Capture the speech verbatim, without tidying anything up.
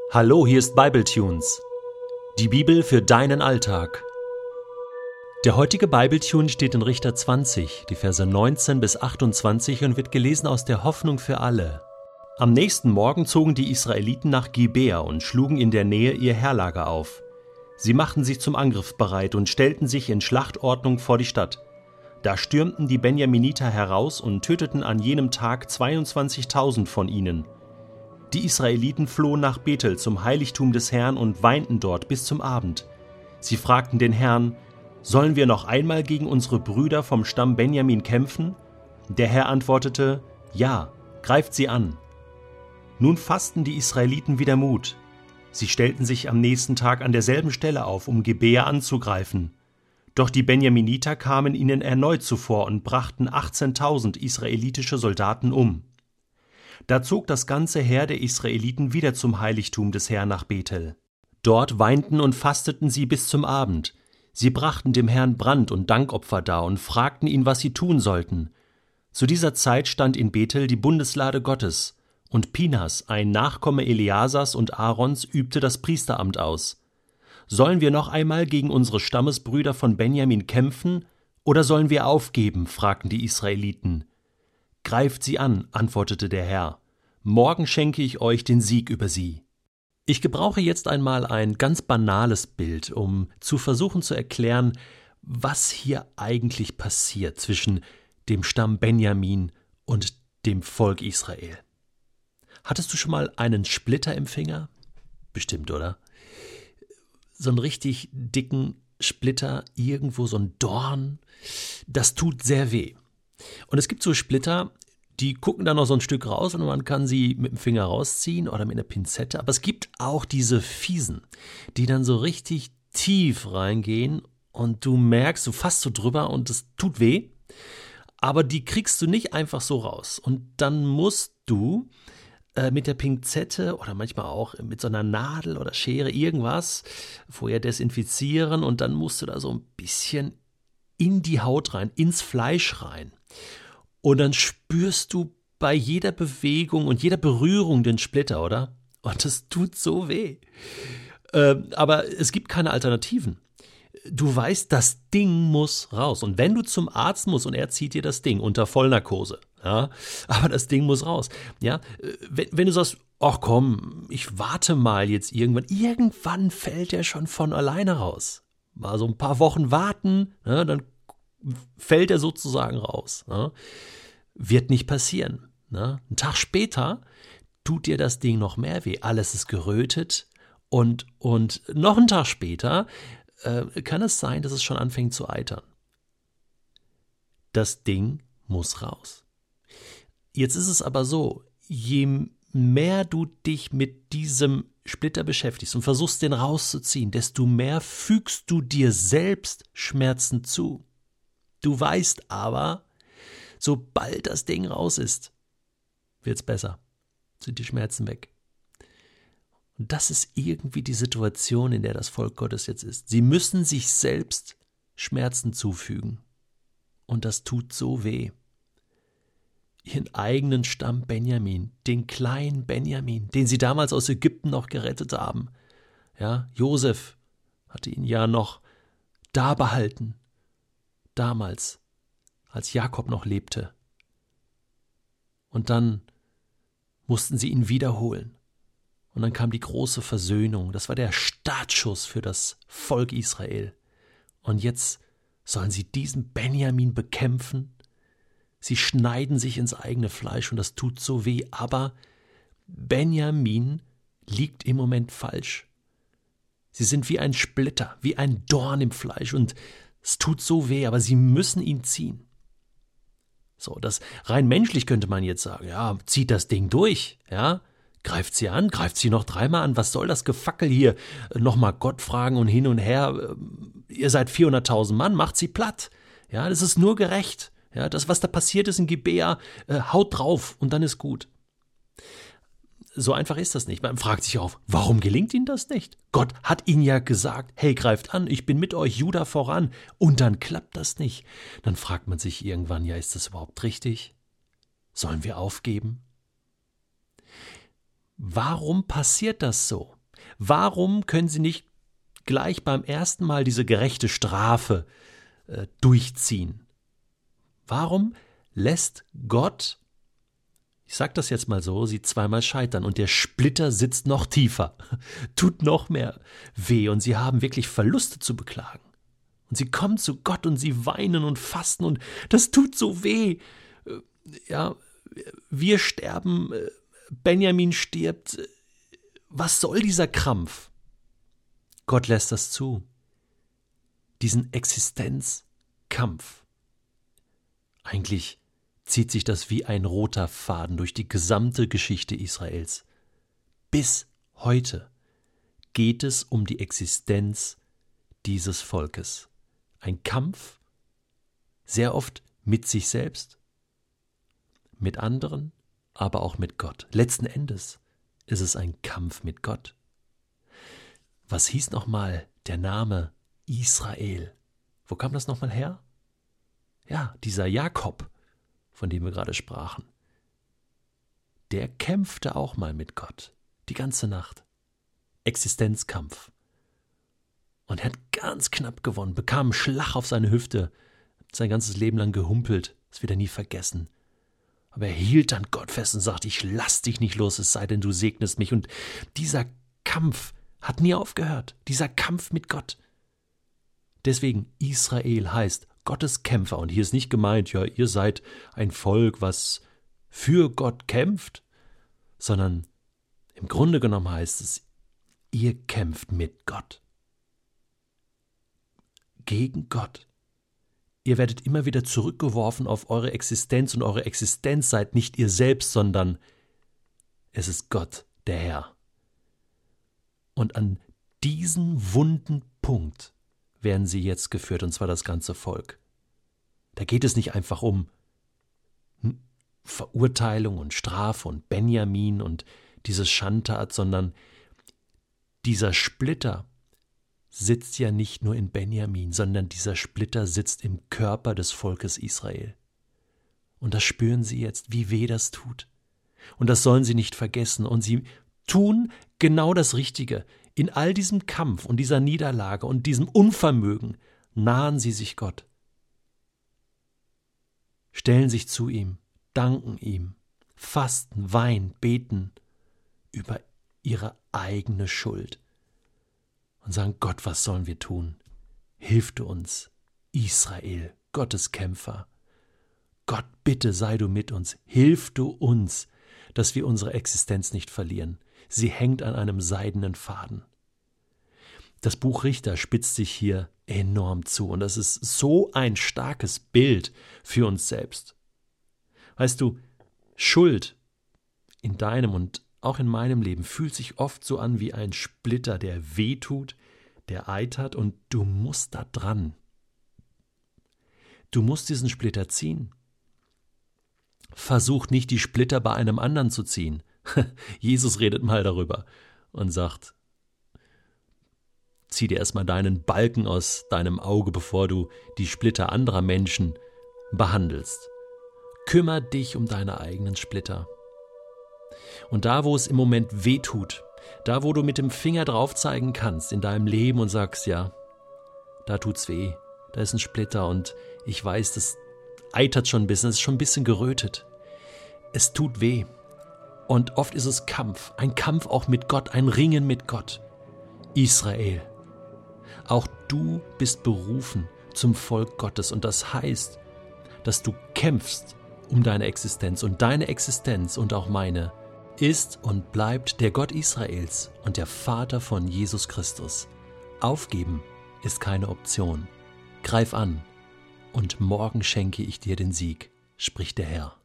Hallo, hier ist Bibletunes, die Bibel für deinen Alltag. Der heutige Bibletune steht in Richter zwanzig, die Verse neunzehn bis achtundzwanzig und wird gelesen aus der Hoffnung für alle. Am nächsten Morgen zogen die Israeliten nach Gibea und schlugen in der Nähe ihr Heerlager auf. Sie machten sich zum Angriff bereit und stellten sich in Schlachtordnung vor die Stadt. Da stürmten die Benjaminiter heraus und töteten an jenem Tag zweiundzwanzigtausend von ihnen. Die Israeliten flohen nach Bethel zum Heiligtum des Herrn und weinten dort bis zum Abend. Sie fragten den Herrn: Sollen wir noch einmal gegen unsere Brüder vom Stamm Benjamin kämpfen? Der Herr antwortete: Ja, greift sie an. Nun fassten die Israeliten wieder Mut. Sie stellten sich am nächsten Tag an derselben Stelle auf, um Gibea anzugreifen. Doch die Benjaminiter kamen ihnen erneut zuvor und brachten achtzehntausend israelitische Soldaten um. Da zog das ganze Heer der Israeliten wieder zum Heiligtum des Herrn nach Bethel. Dort weinten und fasteten sie bis zum Abend. Sie brachten dem Herrn Brand- und Dankopfer dar und fragten ihn, was sie tun sollten. Zu dieser Zeit stand in Bethel die Bundeslade Gottes, und Pinas, ein Nachkomme Eleasars und Aarons, übte das Priesteramt aus. Sollen wir noch einmal gegen unsere Stammesbrüder von Benjamin kämpfen, oder sollen wir aufgeben? Fragten die Israeliten. Greift sie an, antwortete der Herr. Morgen schenke ich euch den Sieg über sie. Ich gebrauche jetzt einmal ein ganz banales Bild, um zu versuchen zu erklären, was hier eigentlich passiert zwischen dem Stamm Benjamin und dem Volk Israel. Hattest du schon mal einen Splitter im Finger? Bestimmt, oder? So einen richtig dicken Splitter, irgendwo so ein Dorn, das tut sehr weh. Und es gibt so Splitter, die gucken dann noch so ein Stück raus und man kann sie mit dem Finger rausziehen oder mit einer Pinzette. Aber es gibt auch diese fiesen, die dann so richtig tief reingehen und du merkst, du fasst so drüber und es tut weh. Aber die kriegst du nicht einfach so raus. Und dann musst du äh, mit der Pinzette oder manchmal auch mit so einer Nadel oder Schere irgendwas vorher desinfizieren und dann musst du da so ein bisschen in die Haut rein, ins Fleisch rein. Und dann spürst du bei jeder Bewegung und jeder Berührung den Splitter, oder? Und das tut so weh. Äh, aber es gibt keine Alternativen. Du weißt, das Ding muss raus. Und wenn du zum Arzt musst und er zieht dir das Ding unter Vollnarkose, ja, aber das Ding muss raus. Ja, wenn, wenn du sagst, ach komm, ich warte mal jetzt irgendwann, irgendwann fällt er schon von alleine raus. Mal so ein paar Wochen warten, ja, dann fällt er sozusagen raus. Ja. Wird nicht passieren. Ja. Ein Tag später tut dir das Ding noch mehr weh. Alles ist gerötet und, und noch einen Tag später äh, kann es sein, dass es schon anfängt zu eitern. Das Ding muss raus. Jetzt ist es aber so, je mehr du dich mit diesem Splitter beschäftigst und versuchst, den rauszuziehen, desto mehr fügst du dir selbst Schmerzen zu. Du weißt aber, sobald das Ding raus ist, wird's besser, sind die Schmerzen weg. Und das ist irgendwie die Situation, in der das Volk Gottes jetzt ist. Sie müssen sich selbst Schmerzen zufügen. Und das tut so weh. Ihren eigenen Stamm Benjamin, den kleinen Benjamin, den sie damals aus Ägypten noch gerettet haben. Ja, Josef hatte ihn ja noch da behalten. Damals, als Jakob noch lebte. Und dann mussten sie ihn wiederholen. Und dann kam die große Versöhnung. Das war der Startschuss für das Volk Israel. Und jetzt sollen sie diesen Benjamin bekämpfen. Sie schneiden sich ins eigene Fleisch und das tut so weh. Aber Benjamin liegt im Moment falsch. Sie sind wie ein Splitter, wie ein Dorn im Fleisch und es tut so weh, aber sie müssen ihn ziehen. So, das rein menschlich könnte man jetzt sagen, ja, zieht das Ding durch, ja, greift sie an, greift sie noch dreimal an, was soll das Gefackel hier, nochmal Gott fragen und hin und her, ihr seid vierhunderttausend Mann, macht sie platt, ja, das ist nur gerecht, ja, das, was da passiert ist in Gibea, äh, haut drauf und dann ist gut. So einfach ist das nicht. Man fragt sich auch, warum gelingt ihnen das nicht? Gott hat ihnen ja gesagt, hey, greift an, ich bin mit euch, Juda voran. Und dann klappt das nicht. Dann fragt man sich irgendwann, ja, ist das überhaupt richtig? Sollen wir aufgeben? Warum passiert das so? Warum können sie nicht gleich beim ersten Mal diese gerechte Strafe äh, durchziehen? Warum lässt Gott, ich sage das jetzt mal so, sie zweimal scheitern und der Splitter sitzt noch tiefer, tut noch mehr weh und sie haben wirklich Verluste zu beklagen. Und sie kommen zu Gott und sie weinen und fasten und das tut so weh. Ja, wir sterben, Benjamin stirbt. Was soll dieser Krampf? Gott lässt das zu. Diesen Existenzkampf. Eigentlich zieht sich das wie ein roter Faden durch die gesamte Geschichte Israels. Bis heute geht es um die Existenz dieses Volkes. Ein Kampf, sehr oft mit sich selbst, mit anderen, aber auch mit Gott. Letzten Endes ist es ein Kampf mit Gott. Was hieß nochmal der Name Israel? Wo kam das nochmal her? Ja, dieser Jakob, von dem wir gerade sprachen. Der kämpfte auch mal mit Gott, die ganze Nacht. Existenzkampf. Und er hat ganz knapp gewonnen, bekam einen Schlag auf seine Hüfte, hat sein ganzes Leben lang gehumpelt, das wird er nie vergessen. Aber er hielt an Gott fest und sagte, ich lass dich nicht los, es sei denn, du segnest mich. Und dieser Kampf hat nie aufgehört, dieser Kampf mit Gott. Deswegen, Israel heißt Gottes Kämpfer. Und hier ist nicht gemeint, ja, ihr seid ein Volk, was für Gott kämpft, sondern im Grunde genommen heißt es, ihr kämpft mit Gott. Gegen Gott. Ihr werdet immer wieder zurückgeworfen auf eure Existenz und eure Existenz seid nicht ihr selbst, sondern es ist Gott, der Herr. Und an diesen wunden Punkt werden sie jetzt geführt, und zwar das ganze Volk. Da geht es nicht einfach um Verurteilung und Strafe und Benjamin und dieses Schandtat, sondern dieser Splitter sitzt ja nicht nur in Benjamin, sondern dieser Splitter sitzt im Körper des Volkes Israel. Und das spüren sie jetzt, wie weh das tut. Und das sollen sie nicht vergessen. Und sie tun genau das Richtige. In all diesem Kampf und dieser Niederlage und diesem Unvermögen nahen sie sich Gott. Stellen sich zu ihm, danken ihm, fasten, weinen, beten über ihre eigene Schuld. Und sagen, Gott, was sollen wir tun? Hilf du uns, Israel, Gottes Kämpfer. Gott, bitte sei du mit uns, hilf du uns, dass wir unsere Existenz nicht verlieren. Sie hängt an einem seidenen Faden. Das Buch Richter spitzt sich hier enorm zu und das ist so ein starkes Bild für uns selbst. Weißt du, Schuld in deinem und auch in meinem Leben fühlt sich oft so an wie ein Splitter, der wehtut, der eitert und du musst da dran. Du musst diesen Splitter ziehen. Versuch nicht, die Splitter bei einem anderen zu ziehen. Jesus redet mal darüber und sagt, zieh dir erstmal deinen Balken aus deinem Auge, bevor du die Splitter anderer Menschen behandelst. Kümmer dich um deine eigenen Splitter. Und da, wo es im Moment weh tut, da, wo du mit dem Finger drauf zeigen kannst in deinem Leben und sagst, ja, da tut's weh, da ist ein Splitter und ich weiß, das eitert schon ein bisschen, es ist schon ein bisschen gerötet. Es tut weh. Und oft ist es Kampf, ein Kampf auch mit Gott, ein Ringen mit Gott. Israel, auch du bist berufen zum Volk Gottes und das heißt, dass du kämpfst um deine Existenz und deine Existenz und auch meine ist und bleibt der Gott Israels und der Vater von Jesus Christus. Aufgeben ist keine Option. Greif an und morgen schenke ich dir den Sieg, spricht der Herr.